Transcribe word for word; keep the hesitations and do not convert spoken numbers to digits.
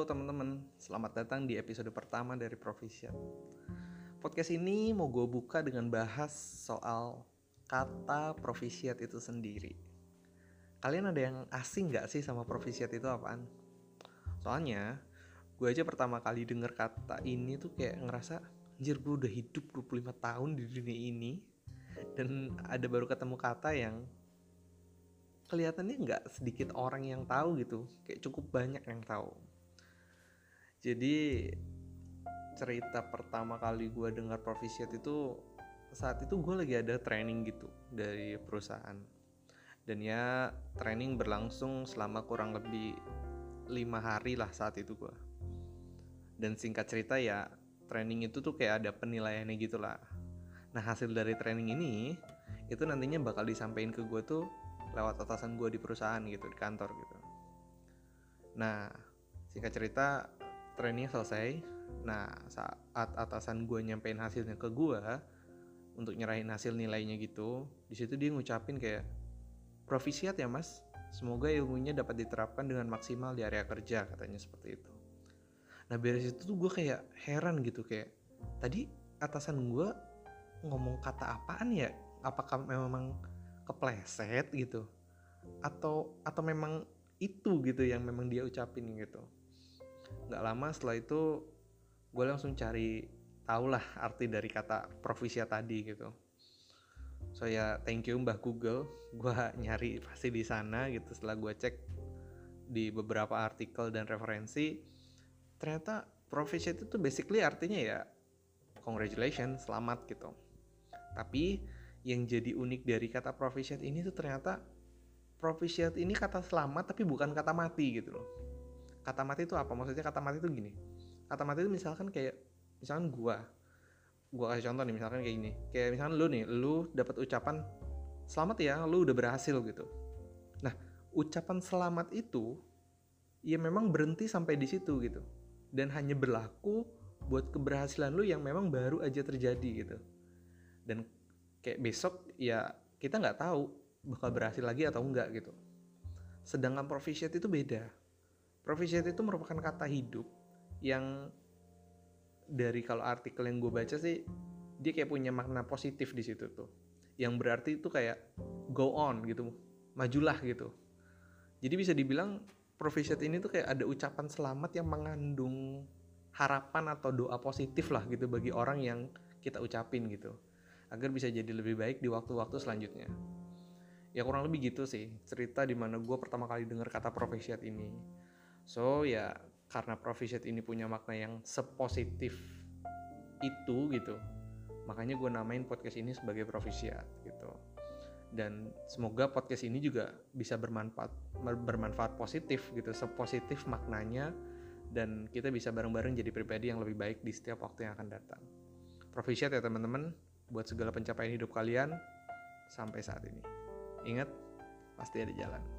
teman-teman, selamat datang di episode pertama dari Proficient. Podcast ini mau gue buka dengan bahas soal kata Proficient itu sendiri. Kalian ada yang asing gak sih sama Proficient itu apaan? Soalnya, gue aja pertama kali denger kata ini tuh kayak ngerasa, anjir gue udah hidup dua puluh lima tahun di dunia ini, dan ada baru ketemu kata yang kelihatannya nggak sedikit orang yang tahu gitu, kayak cukup banyak yang tahu. Jadi cerita pertama kali gue dengar Proficient itu saat itu gue lagi ada training gitu dari perusahaan, dan ya training berlangsung selama kurang lebih lima hari lah saat itu gue. Dan singkat cerita ya training itu tuh kayak ada penilaiannya gitu lah. Nah hasil dari training ini itu nantinya bakal disampaikan ke gue tuh lewat atasan gue di perusahaan gitu, di kantor gitu. Nah singkat cerita trainingnya selesai. Nah saat atasan gue nyampein hasilnya ke gue untuk nyerahin hasil nilainya gitu, di situ dia ngucapin kayak, "Proficient ya mas, semoga ilmunya dapat diterapkan dengan maksimal di area kerja," katanya seperti itu. Nah beres itu tuh gue kayak heran gitu, kayak tadi atasan gue ngomong kata apaan ya? Apakah memang kepleset gitu? Atau atau memang itu gitu yang memang dia ucapin gitu. Gak lama setelah itu gue langsung cari tahu lah arti dari kata Proficient tadi gitu. So ya thank you Mbah Google, gue nyari pasti di sana gitu. Setelah gue cek di beberapa artikel dan referensi, ternyata Proficient itu basically artinya ya congratulations, selamat gitu. Tapi yang jadi unik dari kata Proficient ini tuh ternyata Proficient ini kata selamat tapi bukan kata mati gitu loh. Kata mati itu apa? Maksudnya kata mati itu gini. Kata mati itu misalkan kayak, misalkan gua, gua kasih contoh nih, misalkan kayak gini. Kayak misalkan lu nih, lu dapat ucapan selamat ya, lu udah berhasil gitu. Nah, ucapan selamat itu ya memang berhenti sampai di situ gitu. Dan hanya berlaku buat keberhasilan lu yang memang baru aja terjadi gitu. Dan kayak besok ya kita nggak tahu bakal berhasil lagi atau enggak gitu. Sedangkan Proficient itu beda. Proficient itu merupakan kata hidup yang dari kalau artikel yang gue baca sih dia kayak punya makna positif di situ tuh. Yang berarti itu kayak go on gitu, majulah gitu. Jadi bisa dibilang Proficient ini tuh kayak ada ucapan selamat yang mengandung harapan atau doa positif lah gitu bagi orang yang kita ucapin gitu, agar bisa jadi lebih baik di waktu-waktu selanjutnya. Ya kurang lebih gitu sih cerita dimana gue pertama kali dengar kata Proficient ini. So ya karena Proficient ini punya makna yang sepositif itu gitu, makanya gue namain podcast ini sebagai Proficient gitu. Dan semoga podcast ini juga bisa bermanfaat bermanfaat positif gitu, sepositif maknanya, dan kita bisa bareng-bareng jadi pribadi yang lebih baik di setiap waktu yang akan datang. Proficient ya teman-teman buat segala pencapaian hidup kalian sampai saat ini. Ingat, pasti ada jalan.